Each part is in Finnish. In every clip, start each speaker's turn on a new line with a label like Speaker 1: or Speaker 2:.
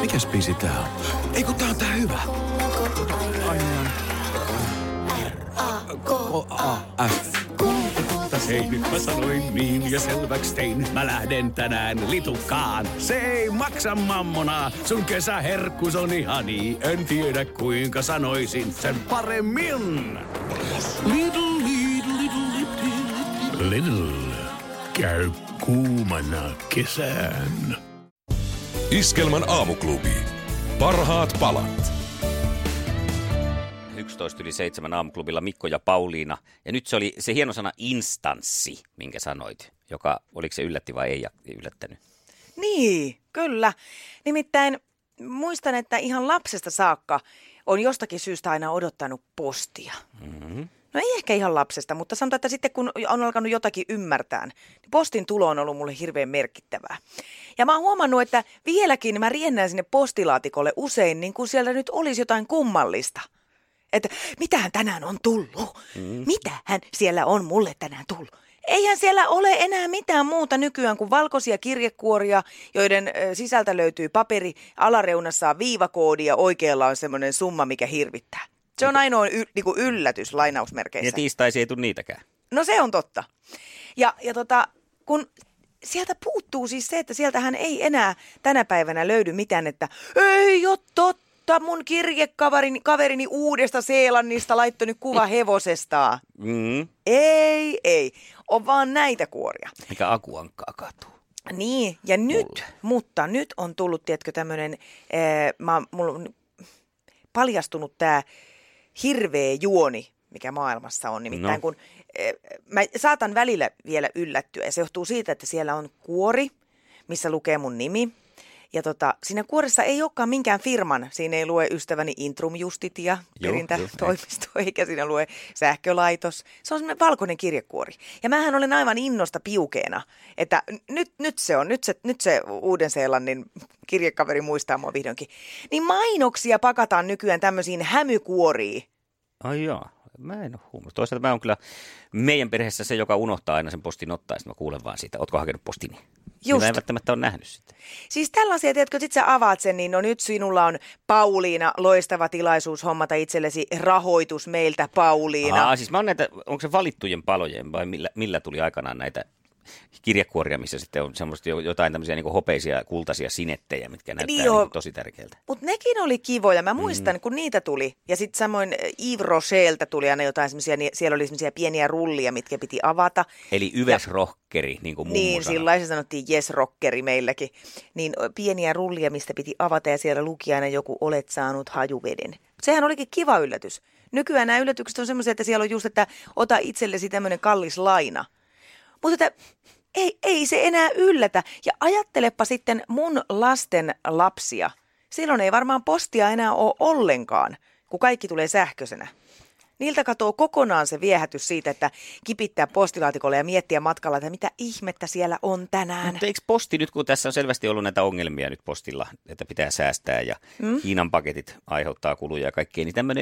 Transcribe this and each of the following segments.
Speaker 1: Mikäs biisi tää on? Ei kun tää on tää hyvä. R-A-K-A-F. Hei, nyt mä sanoin niin ja selväks tein. Mä lähden tänään litukaan. Se ei maksa mammonaa. Sun kesäherkkus on ihani. En tiedä kuinka sanoisin sen paremmin. Lidl. Käy kuumana kesään.
Speaker 2: Iskelmän aamuklubi. Parhaat palat.
Speaker 3: 11:07 aamuklubilla Mikko ja Pauliina. Ja nyt se oli se hieno sana instanssi, minkä sanoit. Joka, oliko se yllätti vai ei yllättänyt?
Speaker 4: Niin, kyllä. Nimittäin muistan, että ihan lapsesta saakka on jostakin syystä aina odottanut postia. Mm-hmm. No ei ehkä ihan lapsesta, mutta sanotaan, että sitten kun on alkanut jotakin ymmärtää, niin postin tulo on ollut mulle hirveän merkittävää. Ja mä oon huomannut, että vieläkin mä riennään sinne postilaatikolle usein, niin kuin siellä nyt olisi jotain kummallista. Että mitähän tänään on tullut? Mitähän siellä on mulle tänään tullut? Eihän siellä ole enää mitään muuta nykyään kuin valkoisia kirjekuoria, joiden sisältä löytyy paperi, alareunassa on viivakoodi ja oikealla on semmoinen summa, mikä hirvittää. Se on ainoa niinku yllätys lainausmerkeissä.
Speaker 3: Ja tiistaisin ei tule niitäkään.
Speaker 4: No se on totta. Ja kun sieltä puuttuu siis se, että sieltähän ei enää tänä päivänä löydy mitään, että ei ole totta. Mun kirjekaverini Uudesta-Seelannista laittoi nyt kuva hevosestaan. Ei. On vaan näitä kuoria.
Speaker 3: Mikä akuankkaa katuu.
Speaker 4: Niin, ja nyt on tullut, tiedätkö, tämmöinen, mulla on paljastunut tämä hirveä juoni, mikä maailmassa on. Nimittäin kun mä saatan välillä vielä yllättyä, ja se johtuu siitä, että siellä on kuori, missä lukee mun nimi. Ja siinä kuoressa ei olekaan minkään firman. Siinä ei lue ystäväni Intrum Justitia, perintätoimisto, eikä siinä lue sähkölaitos. Se on semmoinen valkoinen kirjekuori. Ja mähän olen aivan innosta piukeena, että nyt se Uuden-Seelannin kirjekaveri muistaa mua vihdoinkin. Niin mainoksia pakataan nykyään tämmöisiin hämykuoriin.
Speaker 3: Ai joo. Mä en ole huomannut. Toisaalta mä oon kyllä meidän perheessä se, joka unohtaa aina sen postin ottaa, ja sitten mä kuulen vaan siitä. Ootko hakenut postini? Just. Mä en välttämättä ole nähnyt sitä.
Speaker 4: Siis tällaisia, tiedätkö, sit sä avaat sen, niin no nyt sinulla on Pauliina loistava tilaisuus hommata itsellesi rahoitus meiltä Pauliina.
Speaker 3: Siis mä oon näitä, onko se valittujen palojen vai millä tuli aikanaan näitä kirjekuoria, missä sitten on semmoista jotain tämmöisiä niin kuin hopeisia, kultaisia sinettejä, mitkä näyttää niin tosi tärkeältä.
Speaker 4: Mutta nekin oli kivoja. Mä muistan, kun niitä tuli. Ja sitten samoin Yves Rochelta tuli aina jotain semmoisia, siellä oli semmoisia pieniä rullia, mitkä piti avata.
Speaker 3: Eli Yves-rockeri, niin kuin mummo
Speaker 4: niin, silloin se sanottiin yes-rockeri meilläkin. Niin pieniä rullia, mistä piti avata ja siellä luki aina joku olet saanut hajuveden. Sehän olikin kiva yllätys. Nykyään nämä yllätykset on semmoisia, että siellä on just, että ota itsellesi tämmöinen kallis laina. Mutta että ei se enää yllätä. Ja ajattelepa sitten mun lasten lapsia. Silloin ei varmaan postia enää ole ollenkaan, kun kaikki tulee sähköisenä. Niiltä katoo kokonaan se viehätys siitä, että kipittää postilaatikolle ja miettiä matkalla, että mitä ihmettä siellä on tänään.
Speaker 3: Mutta eikö posti nyt, kun tässä on selvästi ollut näitä ongelmia nyt postilla, että pitää säästää ja Kiinan paketit aiheuttaa kuluja ja kaikkea, niin tämmöinen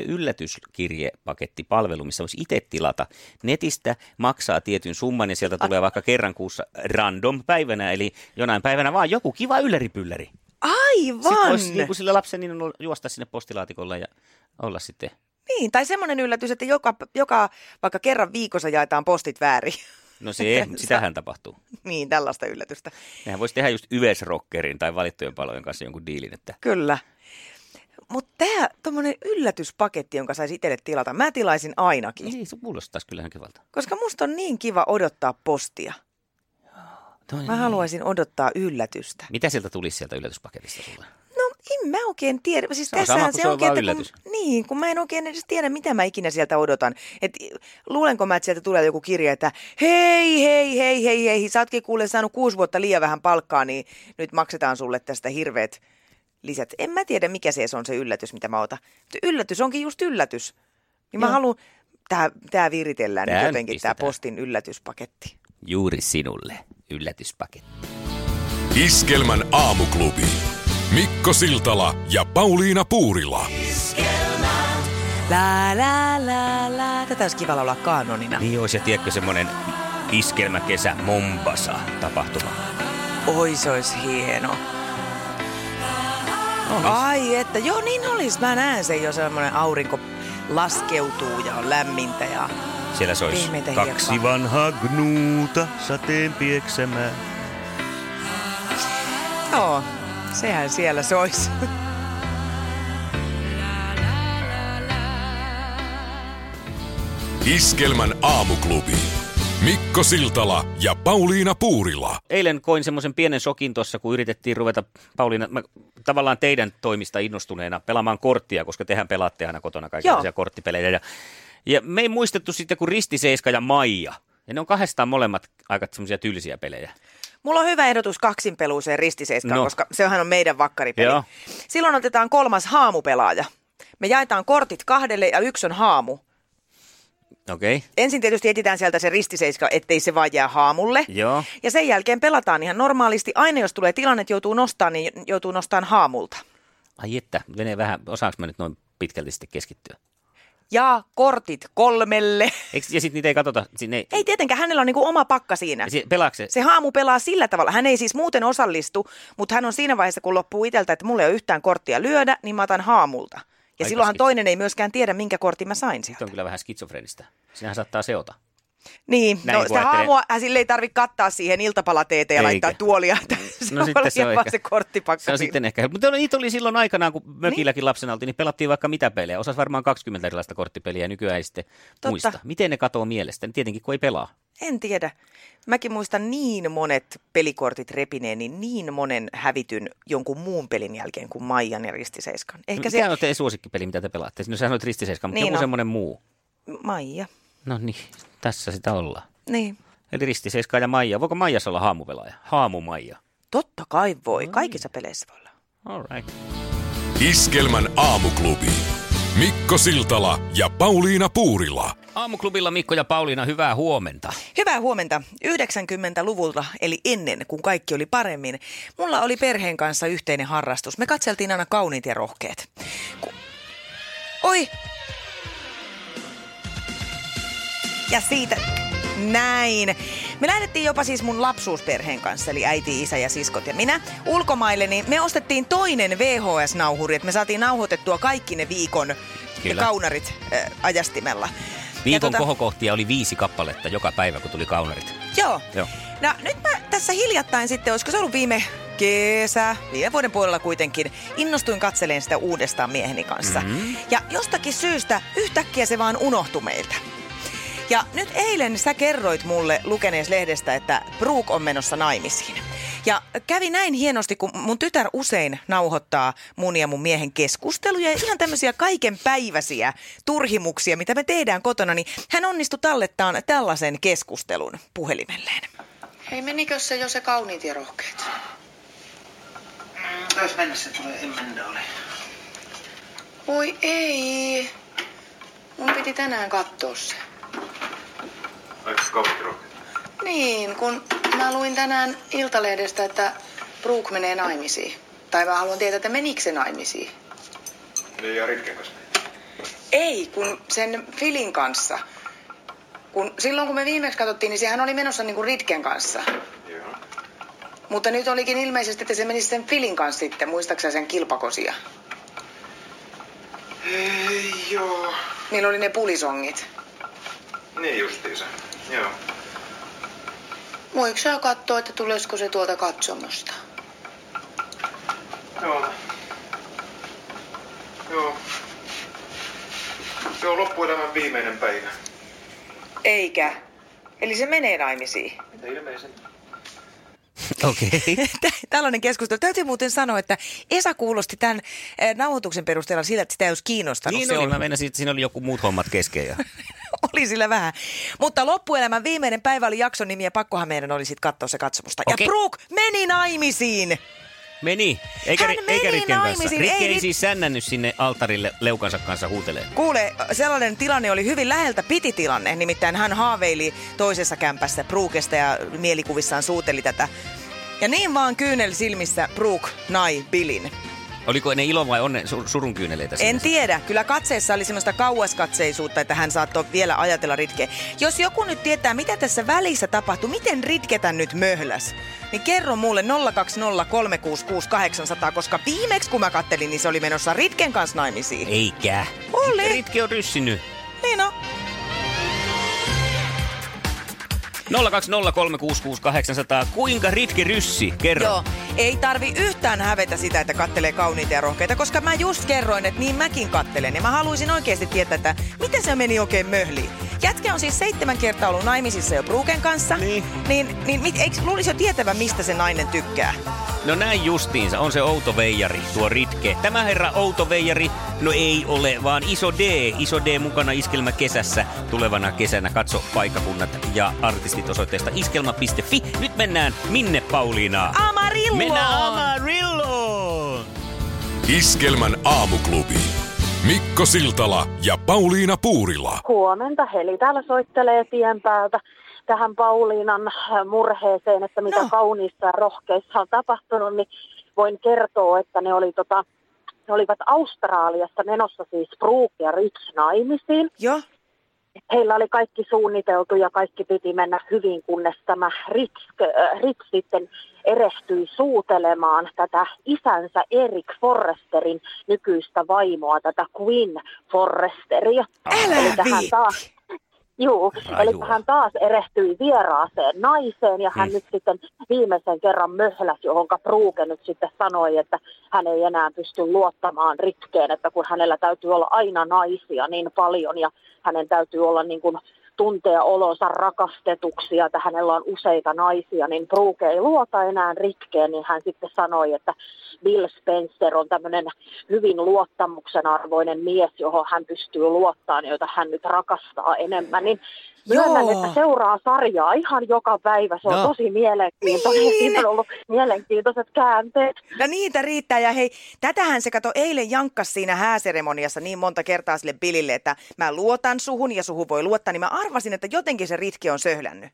Speaker 3: yllätyskirjepakettipalvelu, missä voisi itse tilata netistä, maksaa tietyn summan ja sieltä tulee vaikka kerran kuussa random päivänä, eli jonain päivänä vaan joku kiva ylläripylläri.
Speaker 4: Aivan!
Speaker 3: Sitten voisi niin kuin sille lapsen niin juosta sinne postilaatikolle ja olla sitten...
Speaker 4: Niin, tai semmoinen yllätys, että joka vaikka kerran viikossa jaetaan postit väärin.
Speaker 3: No sitähän tapahtuu.
Speaker 4: Niin, tällaista yllätystä.
Speaker 3: Nehän voisi tehdä just Yves-rockerin tai valittujen palojen kanssa jonkun diilin. Että...
Speaker 4: Kyllä. Mutta tämä tommonen yllätyspaketti, jonka saisi itselle tilata, mä tilaisin ainakin.
Speaker 3: Niin, se kuulostaisi kyllähän kivalta.
Speaker 4: Koska musta on niin kiva odottaa postia. Mä haluaisin odottaa yllätystä.
Speaker 3: Mitä sieltä tulisi sieltä yllätyspaketista sulle?
Speaker 4: En mä oikein tiedä. Siis
Speaker 3: se on sama kuin se on vaan yllätys.
Speaker 4: Kun mä en oikein edes tiedä, mitä mä ikinä sieltä odotan. Luulenko mä, että sieltä tulee joku kirja, että hei, sä ootkin kuule saanut 6 vuotta liian vähän palkkaa, niin nyt maksetaan sulle tästä hirveät lisät. En mä tiedä, mikä se on se yllätys, mitä mä otan. Yllätys onkin just yllätys. Niin mä haluan, tää viritellään nyt jotenkin, tää postin yllätyspaketti.
Speaker 3: Juuri sinulle yllätyspaketti.
Speaker 2: Iskelmän aamuklubi. Mikko Siltala ja Pauliina Puurila.
Speaker 4: La. Tätä olisi kiva laulaa kaanonina.
Speaker 3: Niin olisi, ja tiedätkö semmoinen iskelmäkesä Mombasa tapahtuma.
Speaker 4: Oi, se olisi hieno. Ai että, joo niin olis. Mä näen sen jo, semmoinen aurinko laskeutuu ja on lämmintä ja
Speaker 3: Siellä se olisi
Speaker 4: pehmeitä
Speaker 3: 2
Speaker 4: hiekkaa.
Speaker 3: vanhaa gnuuta sateen pieksämään.
Speaker 4: Joo, sehän siellä sois.
Speaker 2: Iskelmän aamuklubi. Mikko Siltala ja Pauliina Puurila.
Speaker 3: Eilen koin semmoisen pienen shokin tuossa, kun yritettiin ruveta, Pauliina, tavallaan teidän toimista innostuneena pelaamaan korttia, koska tehän pelaatte aina kotona kaikenlaisia korttipelejä. Ja me ei muistettu sitten kuin Ristiseiska ja Maija. Ja ne on kahdestaan molemmat aika semmoisia tylsiä pelejä.
Speaker 4: Mulla on hyvä ehdotus kaksinpeluuseen Ristiseiskaan, koska sehän on meidän vakkaripeli.
Speaker 3: Joo.
Speaker 4: Silloin otetaan 3. haamupelaaja. Me jaetaan kortit 2 ja 1 on haamu.
Speaker 3: Okei.
Speaker 4: Ensin tietysti etsitään sieltä se ristiseiska, ettei se vaan jää haamulle.
Speaker 3: Joo.
Speaker 4: Ja sen jälkeen pelataan ihan normaalisti. Aina jos tulee tilanne, että joutuu nostamaan, niin joutuu nostamaan haamulta.
Speaker 3: Ai että, menee vähän, osaanko mä nyt noin pitkälti sitten keskittyä?
Speaker 4: Ja kortit 3.
Speaker 3: Ja sitten niitä ei katsota?
Speaker 4: Ei tietenkään, hänellä on niinku oma pakka siinä.
Speaker 3: Pelaako se?
Speaker 4: Se haamu pelaa sillä tavalla. Hän ei siis muuten osallistu, mutta hän on siinä vaiheessa, kun loppuu itseltä, että mulla ei ole yhtään korttia lyödä, niin mä otan haamulta. Ja
Speaker 3: Aika
Speaker 4: silloinhan toinen ei myöskään tiedä, minkä kortin mä sain sieltä.
Speaker 3: Se on kyllä vähän skitsofrenistä. Sinähän saattaa seota.
Speaker 4: Niin,
Speaker 3: Näin
Speaker 4: no
Speaker 3: kun
Speaker 4: sitä
Speaker 3: ajattelee.
Speaker 4: haamua sille ei tarvitse kattaa siihen iltapalateeteen ja laittaa
Speaker 3: Eikä.
Speaker 4: tuolia.
Speaker 3: No sitten se on
Speaker 4: vaan
Speaker 3: ehkä.
Speaker 4: se korttipakka.
Speaker 3: Se on
Speaker 4: siinä.
Speaker 3: sitten ehkä. Mutta niitä oli silloin aikanaan, kun mökilläkin lapsena oltiin, niin pelattiin vaikka mitä pelejä. Osasi varmaan 20 erilaista korttipeliä ja nykyään ei sitten muista. Miten ne katoo mielestä? Tietenkin kun ei pelaa.
Speaker 4: En tiedä. Mäkin muistan niin monet pelikortit repineeni, niin monen hävityn jonkun muun pelin jälkeen kuin Maijan ja Ristiseiskan. Ehkä
Speaker 3: Mikä on teidän suosikkipeli, mitä te pelaatte? No sehän on Ristiseiska, mutta
Speaker 4: Niin
Speaker 3: joku
Speaker 4: on.
Speaker 3: semmoinen muu.
Speaker 4: Maija.
Speaker 3: No niin, tässä sitä ollaan.
Speaker 4: Niin.
Speaker 3: Eli Ristiseiska ja Maija. Voiko Maijassa olla haamupelaaja? Haamu Maija.
Speaker 4: Totta kai voi. Kaikissa peleissä voi olla.
Speaker 3: All right.
Speaker 2: Iskelmän aamuklubi. Mikko Siltala ja Pauliina Puurila.
Speaker 3: Aamuklubilla Mikko ja Pauliina, hyvää huomenta.
Speaker 4: Hyvää huomenta. 90-luvulta, eli ennen kuin kaikki oli paremmin, mulla oli perheen kanssa yhteinen harrastus. Me katseltiin aina Kauniit ja rohkeat. Oi! Ja siitä näin. Me lähdettiin jopa siis mun lapsuusperheen kanssa, eli äiti, isä ja siskot ja minä, ulkomaille, niin me ostettiin toinen VHS-nauhuri, että me saatiin nauhoitettua kaikki ne viikon
Speaker 3: Kyllä.
Speaker 4: kaunarit ajastimella.
Speaker 3: Viikon kohokohtia oli 5 kappaletta joka päivä, kun tuli kaunarit.
Speaker 4: Joo.
Speaker 3: Joo.
Speaker 4: No nyt mä tässä hiljattain sitten, olisiko se ollut viime vuoden puolella kuitenkin, innostuin katseleen sitä uudestaan mieheni kanssa. Mm-hmm. Ja jostakin syystä yhtäkkiä se vaan unohtui meiltä. Ja nyt eilen sä kerroit mulle lukeneessa lehdestä, että Brooke on menossa naimisiin. Ja kävi näin hienosti, kun mun tytär usein nauhoittaa mun ja mun miehen keskusteluja ja ihan tämmöisiä kaikenpäiväisiä turhimuksia, mitä me tehdään kotona, niin hän onnistui tallettaan tällaisen keskustelun puhelimelleen.
Speaker 5: Hei, menikö se jo se Kauniit ja rohkeat?
Speaker 6: Taisi mennä, se tulee Emmendaali.
Speaker 5: Oi ei. Mun piti tänään katsoa se.
Speaker 6: Oliko se Kauniit ja rohkeat?
Speaker 5: Niin, kun mä luin tänään Iltalehdestä, että Brooke menee naimisiin. Tai mä haluan tietää, että menikö se naimisiin.
Speaker 6: Niin ja Ritken kanssa.
Speaker 5: Ei, kun sen Filin kanssa. Silloin kun me viimeksi katsottiin, niin sehän oli menossa niin kuin Ritken kanssa.
Speaker 6: Joo.
Speaker 5: Mutta nyt olikin ilmeisesti, että se menisi sen Filin kanssa sitten. Muistaaksä sen kilpakosia?
Speaker 6: Ei, joo.
Speaker 5: Niillä oli ne pulisongit.
Speaker 6: Niin justiinsa. Joo.
Speaker 5: Voiko sä katsoa, että tulisiko se tuolta katsomusta?
Speaker 6: Joo. Joo. Se on loppuelämän viimeinen päivä.
Speaker 4: Eikä. Eli se menee naimisiin.
Speaker 6: Mitä ilmeisen?
Speaker 3: Okei.
Speaker 4: Tällainen keskustelu. Täytyy muuten sanoa, että Esa kuulosti tämän nauhoituksen perusteella sillä, että sitä ei olisi kiinnostanut.
Speaker 3: Niin
Speaker 4: se
Speaker 3: oli, mä meinasin, että siinä oli joku muut hommat kesken. Ja...
Speaker 4: Oli sillä vähän. Mutta loppuelämän viimeinen päivä oli jakson nimi ja pakkohan meidän oli sitten katsoa se katsomusta.
Speaker 3: Okei.
Speaker 4: Ja Brooke meni naimisiin.
Speaker 3: Meni.
Speaker 4: Hän meni
Speaker 3: Eikä Ritken kanssa.
Speaker 4: naimisiin.
Speaker 3: Ritke ei
Speaker 4: Ei
Speaker 3: siis sännännyt sinne altarille leukansa kanssa huutelee.
Speaker 4: Kuule, sellainen tilanne oli hyvin läheltä piti tilanne. Nimittäin hän haaveili toisessa kämpässä Brookesta ja mielikuvissaan suuteli tätä. Ja niin vaan kyynel silmissä Brooke nai Billin.
Speaker 3: Oliko ne ilon vai surun kyyneleitä siinä?
Speaker 4: En tiedä. Kyllä katseessa oli semmoista kauaskatseisuutta, että hän saattoi vielä ajatella Ritkeä. Jos joku nyt tietää, mitä tässä välissä tapahtui, miten Ritketä nyt möhläs? niin kerro mulle 020366800, koska viimeksi kun mä kattelin, niin se oli menossa Ritken kanssa naimisiin.
Speaker 3: Eikä.
Speaker 4: Oli.
Speaker 3: Ritke on ryssinyt.
Speaker 4: Niin on.
Speaker 3: 020366800. Kuinka Ritke ryssi? Kerro.
Speaker 4: Joo, ei tarvi yhtään hävetä sitä, että kattelee kauniita ja rohkeita, koska mä just kerroin, että niin mäkin kattelen. Ja mä haluaisin oikeasti tietää, että miten se meni oikein möhliin. Jätkä on siis 7 kertaa ollut naimisissa jo Bruken kanssa. Niin eikö luulisi jo tietävän, mistä se nainen tykkää?
Speaker 3: No näin justiinsa, on se outo veijari, tuo Ritke. Tämä herra outo veijari, no ei ole, vaan Iso D mukana Iskelmä kesässä tulevana kesänä. Katso paikkakunnat ja artistit osoitteesta iskelma.fi. Nyt mennään minne, Pauliina?
Speaker 4: Amarillo!
Speaker 3: Mennään Amarilloon!
Speaker 2: Iskelmän aamuklubi. Mikko Siltala ja Pauliina Puurila.
Speaker 7: Huomenta, Heli täällä soittelee tien päältä tähän Pauliinan murheeseen, että mitä kauniissa ja rohkeissa on tapahtunut, niin voin kertoa, että ne olivat Australiassa menossa siis Brooke ja Rich naimisiin.
Speaker 4: Joo.
Speaker 7: Heillä oli kaikki suunniteltu ja kaikki piti mennä hyvin, kunnes tämä Rich sitten erehtyi suutelemaan tätä isänsä Eric Forresterin nykyistä vaimoa, tätä Quinn Forresteria.
Speaker 4: Älä viitti!
Speaker 7: Joo, eli hän taas erehtyi vieraaseen naiseen ja hän nyt sitten viimeisen kerran möhläsi, johonka Brooke nyt sitten sanoi, että hän ei enää pysty luottamaan Ritkeen, että kun hänellä täytyy olla aina naisia niin paljon ja hänen täytyy olla niin kuin tuntea olonsa rakastetuksi ja että hänellä on useita naisia, niin Brooke ei luota enää Ritkeen, niin hän sitten sanoi, että Bill Spencer on tämmöinen hyvin luottamuksen arvoinen mies, johon hän pystyy luottamaan, jota hän nyt rakastaa enemmän, niin myönnän, että seuraa sarjaa ihan joka päivä. Se on tosi mielenkiintoinen.
Speaker 4: Niin.
Speaker 7: Siinä on ollut mielenkiintoiset käänteet.
Speaker 4: No niitä riittää. Ja hei, tätähän se eilen jankkas siinä hääseremoniassa niin monta kertaa sille Billille, että mä luotan suhun ja suhun voi luottaa. Niin mä arvasin, että jotenkin se Ritke on söhlännyt.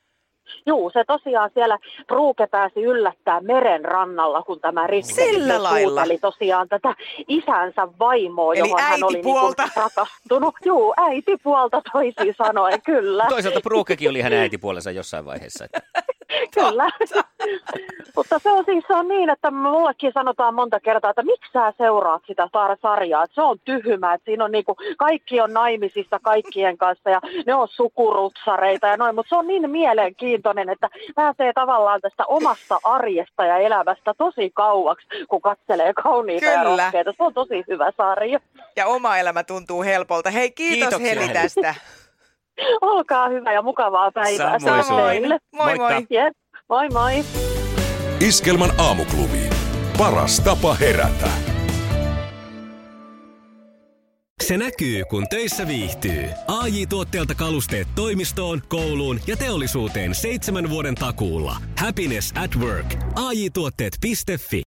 Speaker 7: Juu, se tosiaan siellä Brooke pääsi yllättää meren rannalla, kun tämä Ritke suuteli tosiaan tätä isänsä vaimoa, johon hän oli niin rakastunut. Juu, äitipuolta toisin sanoen, kyllä.
Speaker 3: Toisaalta Brookekin oli hänen äitipuolensa jossain vaiheessa.
Speaker 7: Kyllä. Mutta se on niin, että mullekin sanotaan monta kertaa, että miksi sä seuraat sitä sarjaa. Että se on tyhmä, että siinä on niinku, kaikki on naimisissa kaikkien kanssa ja ne on sukurutsareita ja noin. Mutta se on niin mielenkiintoinen, että pääsee tavallaan tästä omasta arjesta ja elämästä tosi kauaksi, kun katselee kauniita ja rohkeita. Se on tosi hyvä sarja.
Speaker 4: Ja oma elämä tuntuu helpolta. Hei, kiitos Heli tästä.
Speaker 7: Olkaa hyvä ja mukavaa päivää.
Speaker 3: Samoin.
Speaker 4: Moi moi.
Speaker 7: Yes. Moi moi.
Speaker 2: Iskelmän aamuklubi. Paras tapa herätä.
Speaker 8: Se näkyy, kun töissä viihtyy. AJ-tuotteelta kalusteet toimistoon, kouluun ja teollisuuteen 7 vuoden takuulla. Happiness at work. AJ-tuotteet.fi